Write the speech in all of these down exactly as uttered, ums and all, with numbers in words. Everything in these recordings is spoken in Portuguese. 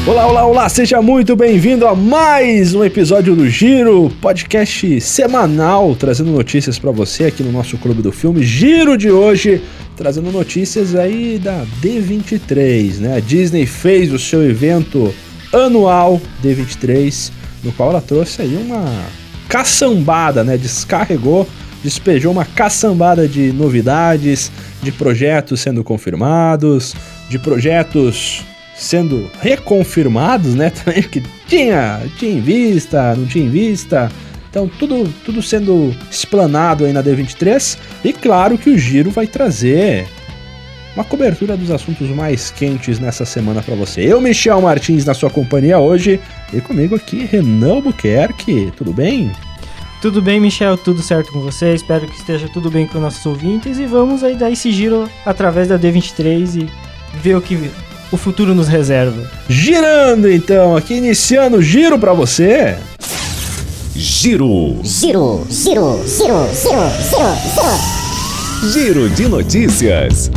Olá, olá, olá, seja muito bem-vindo a mais um episódio do Giro, podcast semanal, trazendo notícias pra você aqui no nosso Clube do Filme. Giro de hoje, trazendo notícias aí da D vinte e três, né? A Disney fez o seu evento anual D vinte e três, no qual ela trouxe aí uma caçambada, né? Descarregou, despejou uma caçambada de novidades, de projetos sendo confirmados, de projetos sendo reconfirmados, né, também, porque tinha, tinha em vista, não tinha em vista, então tudo, tudo sendo explanado aí na D vinte e três, e claro que o Giro vai trazer uma cobertura dos assuntos mais quentes nessa semana pra você. Eu, Michel Martins, na sua companhia hoje, e comigo aqui, Renan Albuquerque, tudo bem? Tudo bem, Michel, tudo certo com você, espero que esteja tudo bem com nossos ouvintes, e vamos aí dar esse giro através da D vinte e três e ver o que o futuro nos reserva. Girando então, aqui iniciando o giro pra você. Giro. Giro, giro, giro, giro, giro, giro. Giro de notícias.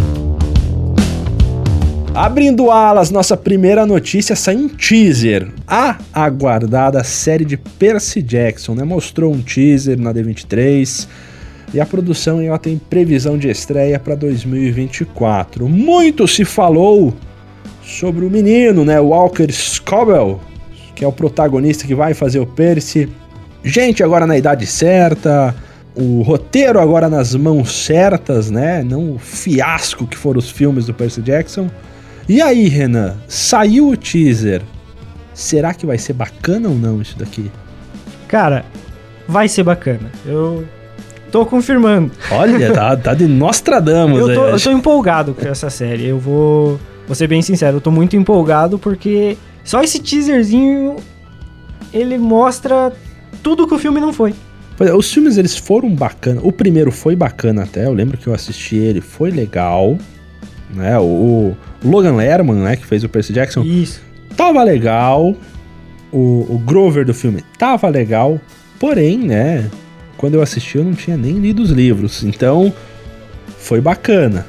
Abrindo alas, nossa primeira notícia, sai um teaser. A aguardada série de Percy Jackson, né? Mostrou um teaser na D vinte e três. E a produção ela tem previsão de estreia para dois mil e vinte e quatro. Muito se falou sobre o menino, né, Walker Scobell, que é o protagonista que vai fazer o Percy. Gente agora na idade certa, o roteiro agora nas mãos certas, né, não o fiasco que foram os filmes do Percy Jackson. E aí, Renan, saiu o teaser. Será que vai ser bacana ou não isso daqui? Cara, vai ser bacana. Eu tô confirmando. Olha, tá, tá de Nostradamus. eu, tô, aí. eu tô empolgado com essa série. Eu vou... Vou ser bem sincero, eu tô muito empolgado porque só esse teaserzinho, ele mostra tudo que o filme não foi. Os filmes, eles foram bacana. O primeiro foi bacana até, eu lembro que eu assisti ele, foi legal, né? O, o Logan Lerman, né, que fez o Percy Jackson, Isso. Tava legal. O, o Grover do filme tava legal, porém, né, quando eu assisti eu não tinha nem lido os livros, então foi bacana.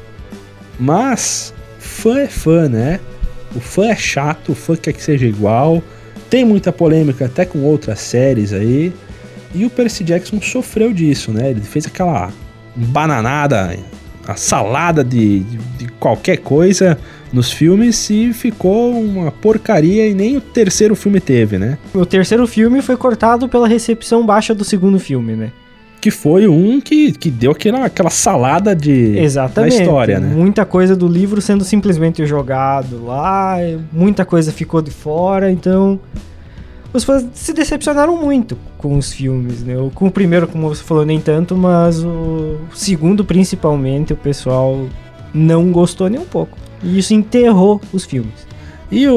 Mas fã é fã, né? O fã é chato, o fã quer que seja igual. Tem muita polêmica até com outras séries aí. E o Percy Jackson sofreu disso, né? Ele fez aquela bananada, a salada de, de, de qualquer coisa nos filmes e ficou uma porcaria e nem o terceiro filme teve, né? O terceiro filme foi cortado pela recepção baixa do segundo filme, né? Que foi um que, que deu aquela, aquela salada de, Exatamente, da história, né? Muita coisa do livro sendo simplesmente jogado lá, muita coisa ficou de fora, então os fãs se decepcionaram muito com os filmes, né? Com o primeiro, como você falou, nem tanto, mas o segundo, principalmente, o pessoal não gostou nem um pouco. E isso enterrou os filmes. E o,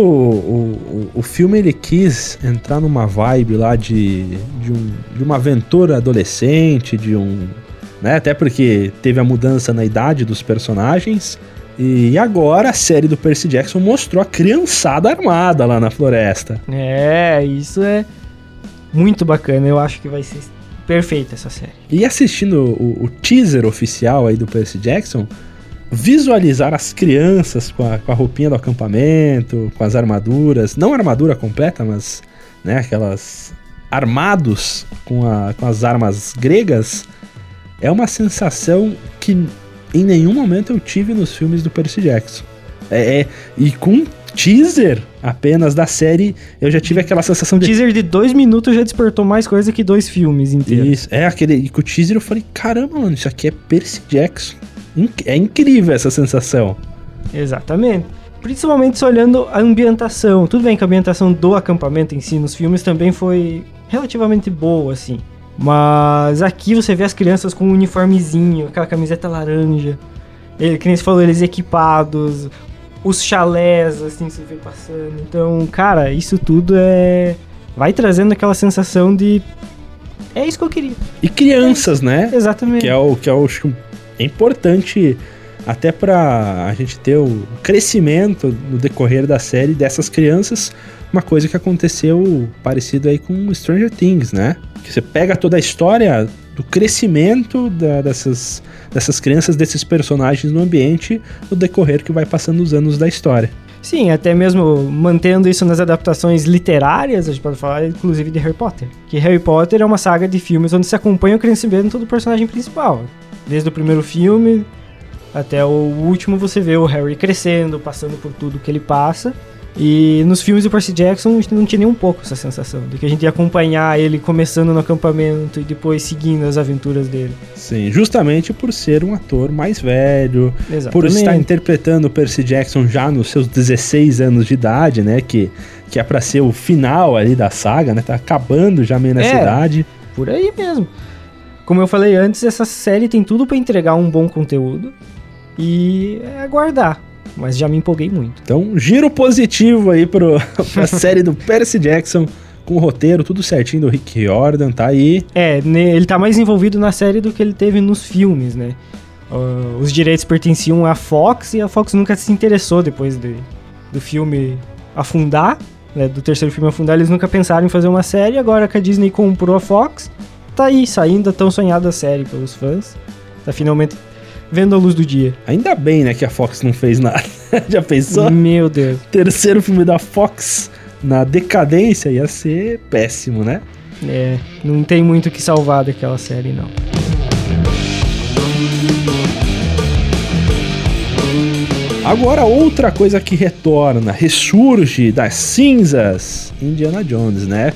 o, o filme, ele quis entrar numa vibe lá de, de, um, de uma aventura adolescente, de um... né? Até porque teve a mudança na idade dos personagens. E agora a série do Percy Jackson mostrou a criançada armada lá na floresta. É, isso é muito bacana. Eu acho que vai ser perfeita essa série. E assistindo o, o teaser oficial aí do Percy Jackson, visualizar as crianças com a, com a roupinha do acampamento, com as armaduras, não armadura completa, mas, né, aquelas armados com, a, com as armas gregas, é uma sensação que em nenhum momento eu tive nos filmes do Percy Jackson. É, é, e com teaser apenas da série, eu já tive aquela sensação de... teaser de dois minutos já despertou mais coisa que dois filmes inteiros. Isso, é aquele... E com o teaser eu falei, caramba, mano, isso aqui é Percy Jackson. É incrível essa sensação. Exatamente. Principalmente olhando a ambientação. Tudo bem que a ambientação do acampamento em si nos filmes também foi relativamente boa, assim. Mas aqui você vê as crianças com um uniformezinho, aquela camiseta laranja. Ele, que nem você falou, eles equipados, os chalés, assim, você vê passando. Então, cara, isso tudo é... vai trazendo aquela sensação de... é isso que eu queria. E crianças, é, né? Exatamente. Que é o que é o... é importante até pra a gente ter o crescimento no decorrer da série dessas crianças, uma coisa que aconteceu parecido aí com Stranger Things, né? Que você pega toda a história do crescimento da, dessas, dessas crianças, desses personagens no ambiente, no decorrer que vai passando os anos da história. Sim, até mesmo mantendo isso nas adaptações literárias, a gente pode falar inclusive de Harry Potter. Que Harry Potter é uma saga de filmes onde se acompanha o crescimento do personagem principal. Desde o primeiro filme até o último você vê o Harry crescendo, passando por tudo que ele passa. E nos filmes do Percy Jackson a gente não tinha nem um pouco essa sensação de que a gente ia acompanhar ele começando no acampamento e depois seguindo as aventuras dele. Sim, justamente por ser um ator mais velho, Exatamente. Por estar interpretando o Percy Jackson já nos seus dezesseis anos de idade, né, que, que é pra ser o final ali da saga, né, tá acabando já meio nessa É. idade. Por aí mesmo. Como eu falei antes, essa série tem tudo pra entregar um bom conteúdo e é aguardar. Mas já me empolguei muito. Então, giro positivo aí pro, pra série do Percy Jackson, com o roteiro tudo certinho do Rick Riordan, tá aí. É, ne- ele tá mais envolvido na série do que ele teve nos filmes, né? Uh, os direitos pertenciam à Fox e a Fox nunca se interessou depois de, do filme afundar, né? Do terceiro filme afundar, eles nunca pensaram em fazer uma série. Agora que a Disney comprou a Fox, tá aí, saindo a tão sonhada série pelos fãs. Tá finalmente vendo a luz do dia. Ainda bem, né, que a Fox não fez nada. Já pensou? Meu Deus. Terceiro filme da Fox na decadência ia ser péssimo, né? É, não tem muito o que salvar daquela série, não. Agora, outra coisa que retorna, ressurge das cinzas, Indiana Jones, né?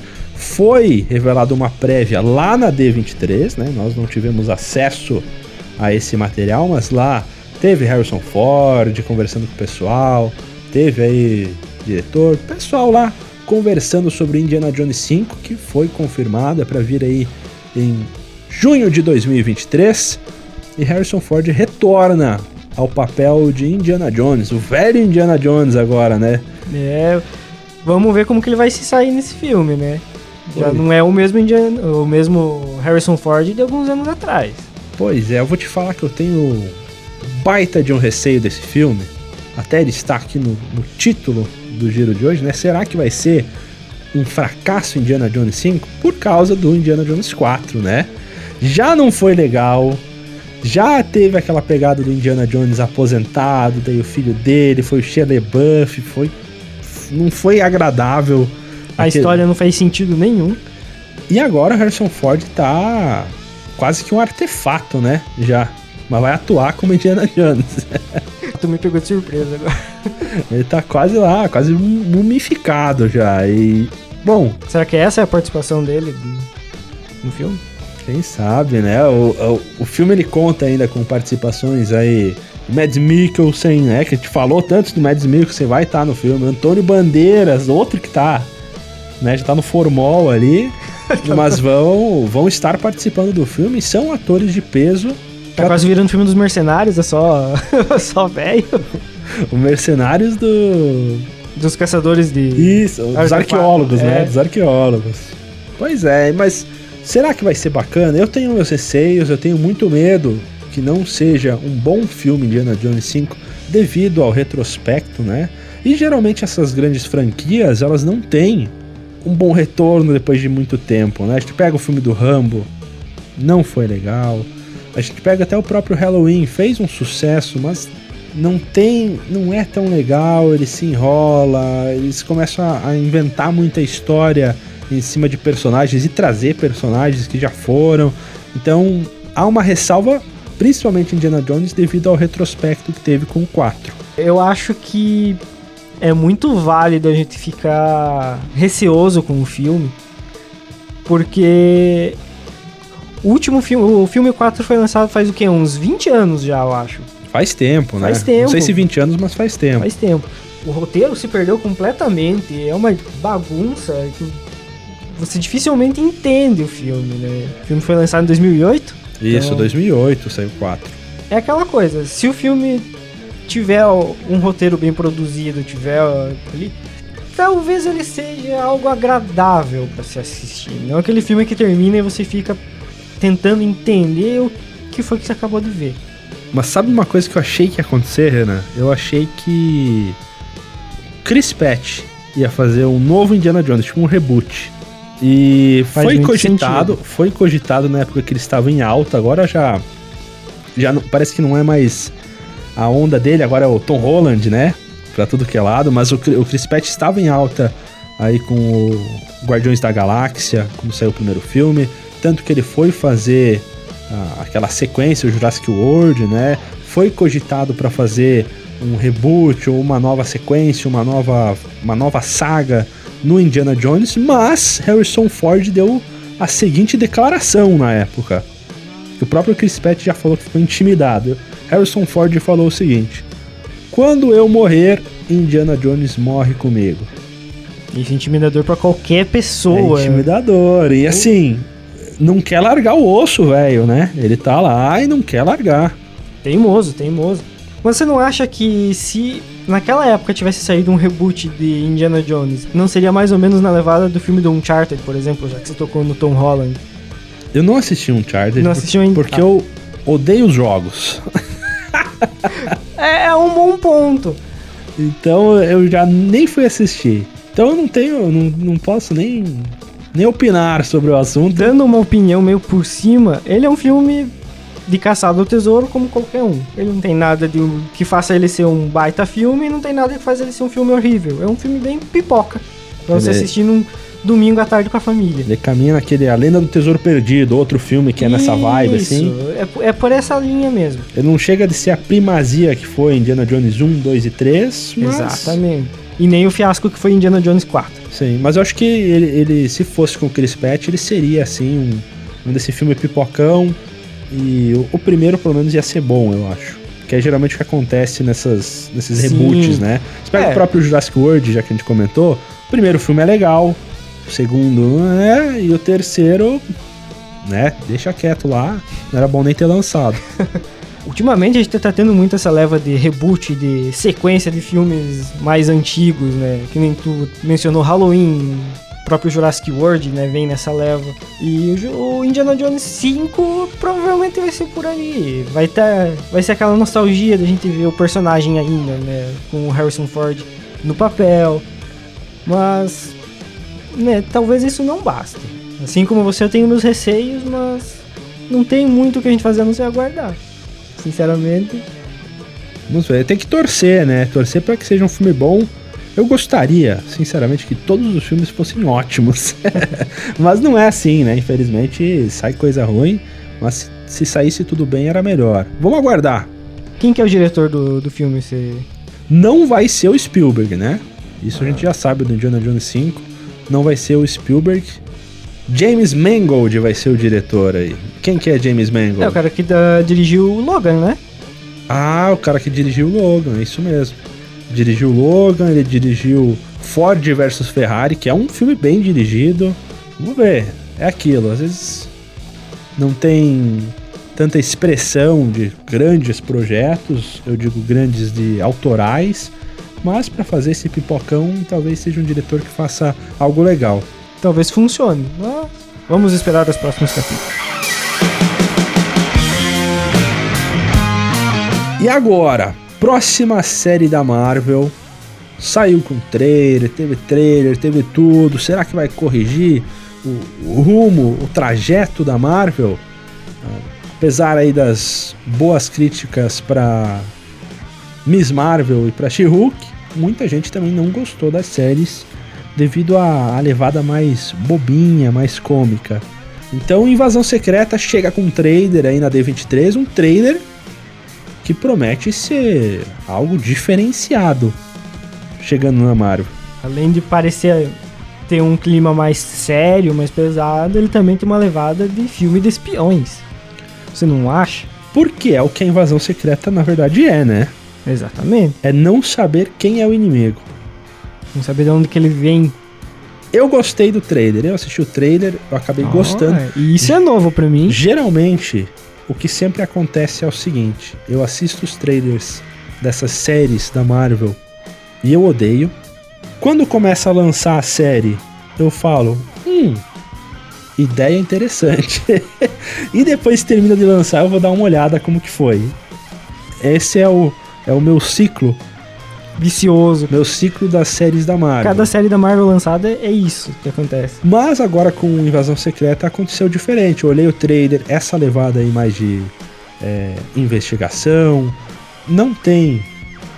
Foi revelada uma prévia lá na D vinte e três, né? Nós não tivemos acesso a esse material, mas lá teve Harrison Ford conversando com o pessoal, teve aí diretor, pessoal lá conversando sobre Indiana Jones cinco, que foi confirmada para vir aí em junho de dois mil e vinte e três, e Harrison Ford retorna ao papel de Indiana Jones, o velho Indiana Jones agora, né? É, vamos ver como que ele vai se sair nesse filme, né? Já Pois. não é o mesmo, Indiana, o mesmo Harrison Ford de alguns anos atrás. Pois é, eu vou te falar que eu tenho baita de um receio desse filme, até ele está aqui no, no título do giro de hoje, né? Será que vai ser um fracasso Indiana Jones cinco? Por causa do Indiana Jones quatro, né? Já não foi legal, já teve aquela pegada do Indiana Jones aposentado, daí o filho dele foi o Shia LaBeouf, foi, não foi agradável. A Aquele- história não faz sentido nenhum. E agora o Harrison Ford tá quase que um artefato, né? Já. Mas vai atuar como Indiana Jones. Tu me pegou de surpresa agora. Ele tá quase lá, quase mumificado já. E, bom, Será que essa é a participação dele no filme? quem sabe, né? O, o, o filme ele conta ainda com participações aí do Mads Mikkelsen, né? Que a gente falou tanto do Mads Mikkelsen, vai estar no filme. Antônio Bandeiras, outro que tá, né? Já tá no formol ali. Mas vão, vão estar participando do filme. São atores de peso. Tá quase virando filme dos mercenários, é só, só velho. Os mercenários do... Dos caçadores de... Isso, dos arqueólogos, né? É. Dos arqueólogos. Pois é, mas será que vai ser bacana? Eu tenho meus receios, eu tenho muito medo que não seja um bom filme Indiana Jones cinco devido ao retrospecto, né? E geralmente essas grandes franquias, elas não têm um bom retorno depois de muito tempo, né? A gente pega o filme do Rambo, não foi legal. A gente pega até o próprio Halloween, fez um sucesso, mas não tem, não é tão legal, ele se enrola, eles começam a, a inventar muita história em cima de personagens e trazer personagens que já foram. Então, há uma ressalva, principalmente em Indiana Jones, devido ao retrospecto que teve com o quatro. Eu acho que é muito válido a gente ficar receoso com o filme, porque o último filme, o filme quatro foi lançado faz o quê? Uns vinte anos já, eu acho. Faz tempo, né? Faz tempo. Não sei se vinte anos, mas faz tempo. Faz tempo. O roteiro se perdeu completamente, é uma bagunça que você dificilmente entende o filme, né? O filme foi lançado em dois mil e oito. Isso, então, dois mil e oito saiu quatro. é aquela coisa, se o filme tiver um roteiro bem produzido, tiver ali, talvez ele seja algo agradável pra se assistir. Não aquele filme que termina e você fica tentando entender o que foi que você acabou de ver. Mas sabe uma coisa que eu achei que ia acontecer, Renan? Eu achei que Chris Pratt ia fazer um novo Indiana Jones, tipo um reboot. E Faz foi muito cogitado, sentido. foi cogitado na época que ele estava em alta, agora já já não, parece que não é mais a onda dele, agora é o Tom Holland, né? pra tudo que é lado, mas o, o Chris Pratt estava em alta aí com o Guardiões da Galáxia, quando saiu o primeiro filme, tanto que ele foi fazer ah, aquela sequência, o Jurassic World, né? Foi cogitado para fazer um reboot ou uma nova sequência, uma nova, uma nova saga no Indiana Jones, mas Harrison Ford deu a seguinte declaração na época, que o próprio Chris Pratt já falou que ficou intimidado. Harrison Ford falou o seguinte: quando eu morrer, Indiana Jones morre comigo. Isso é intimidador pra qualquer pessoa. É intimidador. E assim, não quer largar o osso, velho, né? Ele tá lá e não quer largar. Teimoso, teimoso. Mas você não acha que se naquela época tivesse saído um reboot de Indiana Jones, não seria mais ou menos na levada do filme do Uncharted, por exemplo, já que você tocou no Tom Holland? Eu não assisti Uncharted. Não assisti ainda. Porque ah. eu odeio os jogos. É, é um bom ponto. Então eu já nem fui assistir. Então eu não tenho, não, não posso nem, nem opinar sobre o assunto. Dando uma opinião meio por cima, ele é um filme de caçada ao tesouro como qualquer um. Ele não tem nada de um, que faça ele ser um baita filme e não tem nada que faça ele ser um filme horrível. É um filme bem pipoca pra você ele... assistir num domingo à tarde com a família. Ele caminha naquele A Lenda do Tesouro Perdido, outro filme que é nessa vibe, assim. Isso, é, é por essa linha mesmo. Ele não chega de ser a primazia que foi Indiana Jones um, dois e três, mas... Exatamente. E nem o fiasco que foi Indiana Jones quatro. Sim, mas eu acho que ele, ele se fosse com o Chris Pratt, ele seria, assim, um, um desse filme pipocão. E o, o primeiro, pelo menos, ia ser bom, eu acho. Que é geralmente o que acontece nessas, nesses Sim. reboots, né? Você pega É. o próprio Jurassic World, já que a gente comentou. O primeiro filme é legal, o segundo não é, e o terceiro, né, deixa quieto lá. Não era bom nem ter lançado. Ultimamente a gente tá tendo muito essa leva de reboot, de sequência de filmes mais antigos, né? Que nem tu mencionou Halloween, o próprio Jurassic World, né? Vem nessa leva. E o, o Indiana Jones cinco provavelmente vai ser por aí. Vai, tá, vai ser aquela nostalgia da gente ver o personagem ainda, né? Com o Harrison Ford no papel. Mas, né? Talvez isso não baste. Assim como você, eu tenho meus receios, mas não tem muito o que a gente fazer a não ser aguardar. Sinceramente. Vamos ver, tem que torcer, né? Torcer pra que seja um filme bom. Eu gostaria, sinceramente, que todos os filmes fossem ótimos. Mas não é assim, né? Infelizmente, sai coisa ruim. Mas se, se saísse tudo bem, era melhor. Vamos aguardar. Quem que é o diretor do, do filme? Você... Não vai ser o Spielberg, né? Isso ah. a gente já sabe do Indiana Jones cinco. Não vai ser o Spielberg. James Mangold vai ser o diretor aí. Quem que é James Mangold? É o cara que da, dirigiu o Logan, né? Ah, o cara que dirigiu o Logan, é isso mesmo. Dirigiu o Logan, ele dirigiu Ford versus Ferrari, que é um filme bem dirigido. Vamos ver, é aquilo, às vezes não tem tanta expressão de grandes projetos, eu digo grandes de autorais, mas para fazer esse pipocão, talvez seja um diretor que faça algo legal. Talvez funcione, mas vamos esperar os próximos capítulos. E agora, próxima série da Marvel, saiu com trailer, teve trailer, teve tudo. Será que vai corrigir o, o rumo, o trajeto da Marvel? Apesar aí das boas críticas para Miss Marvel e para She-Hulk, muita gente também não gostou das séries devido à, à levada mais bobinha, mais cômica. Então, Invasão Secreta chega com um trailer aí na D vinte e três, um trailer que promete ser algo diferenciado chegando na Marvel. Além de parecer ter um clima mais sério, mais pesado, ele também tem uma levada de filme de espiões. Você não acha? Porque é o que a Invasão Secreta na verdade é, né? Exatamente. É não saber quem é o inimigo. Não saber de onde que ele vem. Eu gostei do trailer, eu assisti o trailer, eu acabei oh, gostando. E isso é novo pra mim. Geralmente, o que sempre acontece é o seguinte: eu assisto os trailers dessas séries da Marvel e eu odeio. Quando começa a lançar a série, eu falo, hum, ideia interessante. E depois termina de lançar, eu vou dar uma olhada como que foi. Esse é o, é o meu ciclo vicioso. Meu ciclo das séries da Marvel. Cada série da Marvel lançada é isso que acontece. Mas agora com Invasão Secreta aconteceu diferente. Eu olhei o trailer, essa levada aí mais de é, investigação. Não tem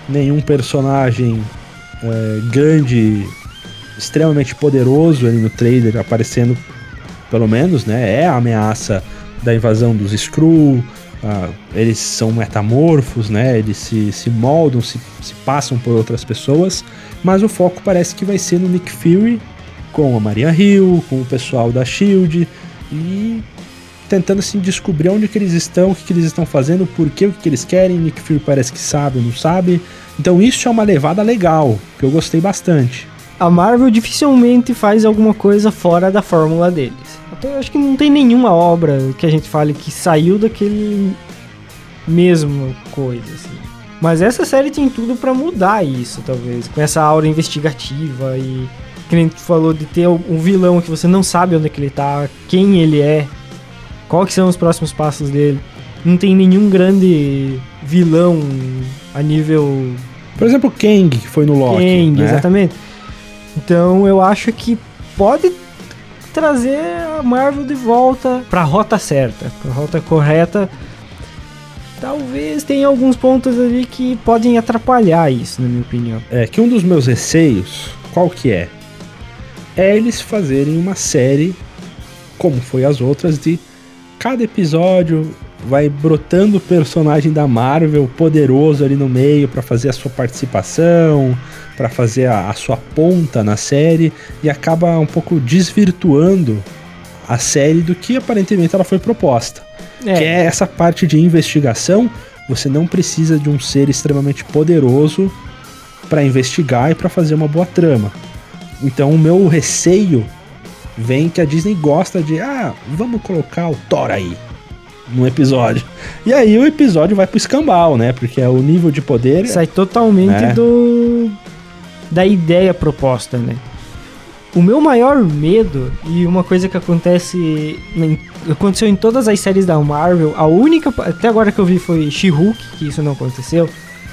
nenhum personagem é, grande, extremamente poderoso ali no trailer aparecendo, pelo menos, né? É a ameaça da invasão dos Skrull. Ah, eles são metamorfos, né? Eles se, se moldam, se, se passam por outras pessoas, mas o foco parece que vai ser no Nick Fury, com a Maria Hill, com o pessoal da SHIELD, e tentando assim descobrir onde que eles estão, o que, que eles estão fazendo, por quê, o que, que eles querem. Nick Fury parece que sabe, não sabe. Então isso é uma levada legal, que eu gostei bastante. A Marvel dificilmente faz alguma coisa fora da fórmula deles. Até eu acho que não tem nenhuma obra que a gente fale que saiu daquele mesmo coisa, assim. Mas essa série tem tudo pra mudar isso, talvez. Com essa aura investigativa e... que nem tu falou de ter um vilão que você não sabe onde é que ele tá, quem ele é, quais são os próximos passos dele. Não tem nenhum grande vilão a nível... Por exemplo, Kang, que foi no Loki. Kang, né? Exatamente. Então eu acho que pode trazer a Marvel de volta pra rota certa, pra rota correta. Talvez tenha alguns pontos ali que podem atrapalhar isso, na minha opinião. É que um dos meus receios, qual que é? É eles fazerem uma série, como foi as outras, de cada episódio vai brotando o personagem da Marvel poderoso ali no meio pra fazer a sua participação, pra fazer a, a sua ponta na série, e acaba um pouco desvirtuando a série do que aparentemente ela foi proposta. É. Que é essa parte de investigação. Você não precisa de um ser extremamente poderoso pra investigar e pra fazer uma boa trama. Então o meu receio vem que a Disney gosta de, ah, vamos colocar o Thor aí no episódio. E aí o episódio vai pro escambau, né? Porque é o nível de poder... Sai totalmente né? do da ideia proposta, né? O meu maior medo, e uma coisa que acontece aconteceu em todas as séries da Marvel, a única, até agora que eu vi foi She-Hulk, que isso não aconteceu,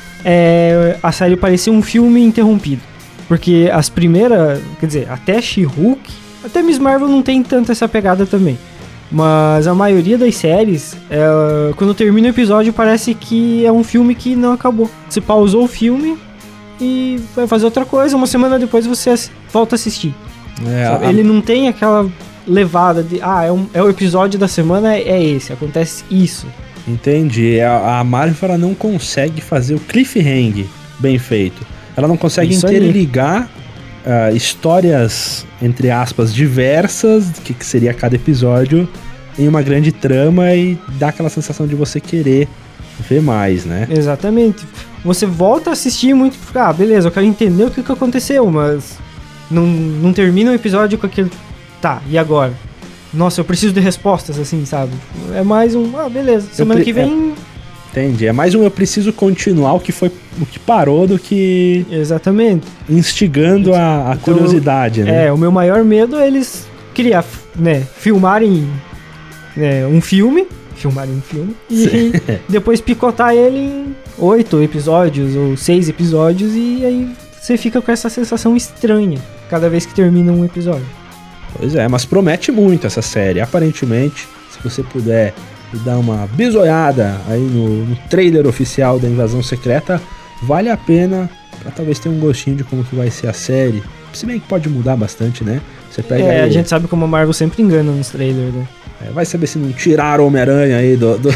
é a série parecia um filme interrompido. Porque as primeiras, quer dizer, até She-Hulk, até Miss Marvel não tem tanto essa pegada também. Mas a maioria das séries, é, quando termina o episódio, parece que é um filme que não acabou. Você pausou o filme e vai fazer outra coisa, uma semana depois você volta a assistir. É, a... Ele não tem aquela levada de, ah, é, um, é o episódio da semana, é esse, acontece isso. Entendi. A, a Marvel ela não consegue fazer o cliffhanger bem feito. Ela não consegue isso interligar uh, histórias, entre aspas, diversas, que, que seria cada episódio, em uma grande trama e dá aquela sensação de você querer ver mais, né? Exatamente. Você volta a assistir muito, ah, beleza, eu quero entender o que, que aconteceu, mas não, não termina o episódio com aquele, tá, e agora? Nossa, eu preciso de respostas, assim, sabe? É mais um, ah, beleza, semana pre- que vem... É... Entendi, é mais um eu preciso continuar o que foi, o que parou do que... Exatamente. Instigando a, a então, curiosidade, né? É, o meu maior medo é eles criar, né, filmarem né, um filme, filmarem um filme, e depois picotar ele em oito episódios ou seis episódios, e aí você fica com essa sensação estranha cada vez que termina um episódio. Pois é, mas promete muito essa série. Aparentemente, se você puder dar uma bisoiada aí no, no trailer oficial da Invasão Secreta, vale a pena pra talvez ter um gostinho de como que vai ser a série. Se bem que pode mudar bastante, né? Você pega é, aí, a gente sabe como a Marvel sempre engana nos trailers, né? É, vai saber se não tiraram o Homem-Aranha aí do... do...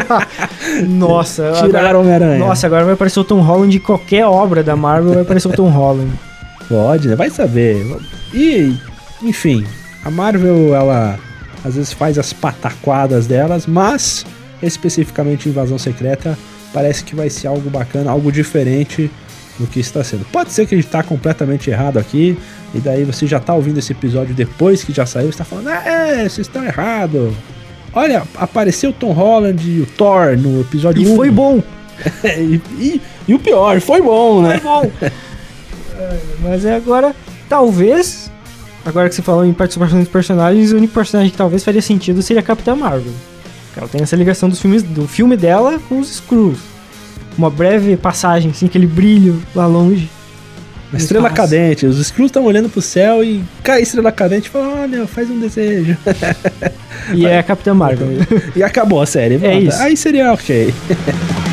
Nossa, tiraram o Homem-Aranha. Nossa, agora vai aparecer o Tom Holland de qualquer obra da Marvel, vai aparecer o Tom Holland. Pode, né? Vai saber. E, enfim, a Marvel, ela às vezes faz as pataquadas delas, mas especificamente Invasão Secreta parece que vai ser algo bacana, algo diferente do que está sendo. Pode ser que a gente está completamente errado aqui, e daí você já está ouvindo esse episódio depois que já saiu, você está falando, ah, é, vocês estão errados. Olha, apareceu o Tom Holland e o Thor no episódio E um. foi bom. e, e, e o pior, foi bom, né? Foi bom. é, mas é agora, talvez... Agora que você falou em participação de personagens, o único personagem que talvez faria sentido seria a Capitã Marvel. Ela tem essa ligação dos filmes, do filme dela com os Skrulls. Uma breve passagem, assim, aquele brilho lá longe. Uma estrela espaço. Cadente. Os Skrulls estão olhando pro céu e cai a estrela cadente e fala, olha, faz um desejo. E é a Capitã Marvel. E acabou a série. É isso. Aí seria ok.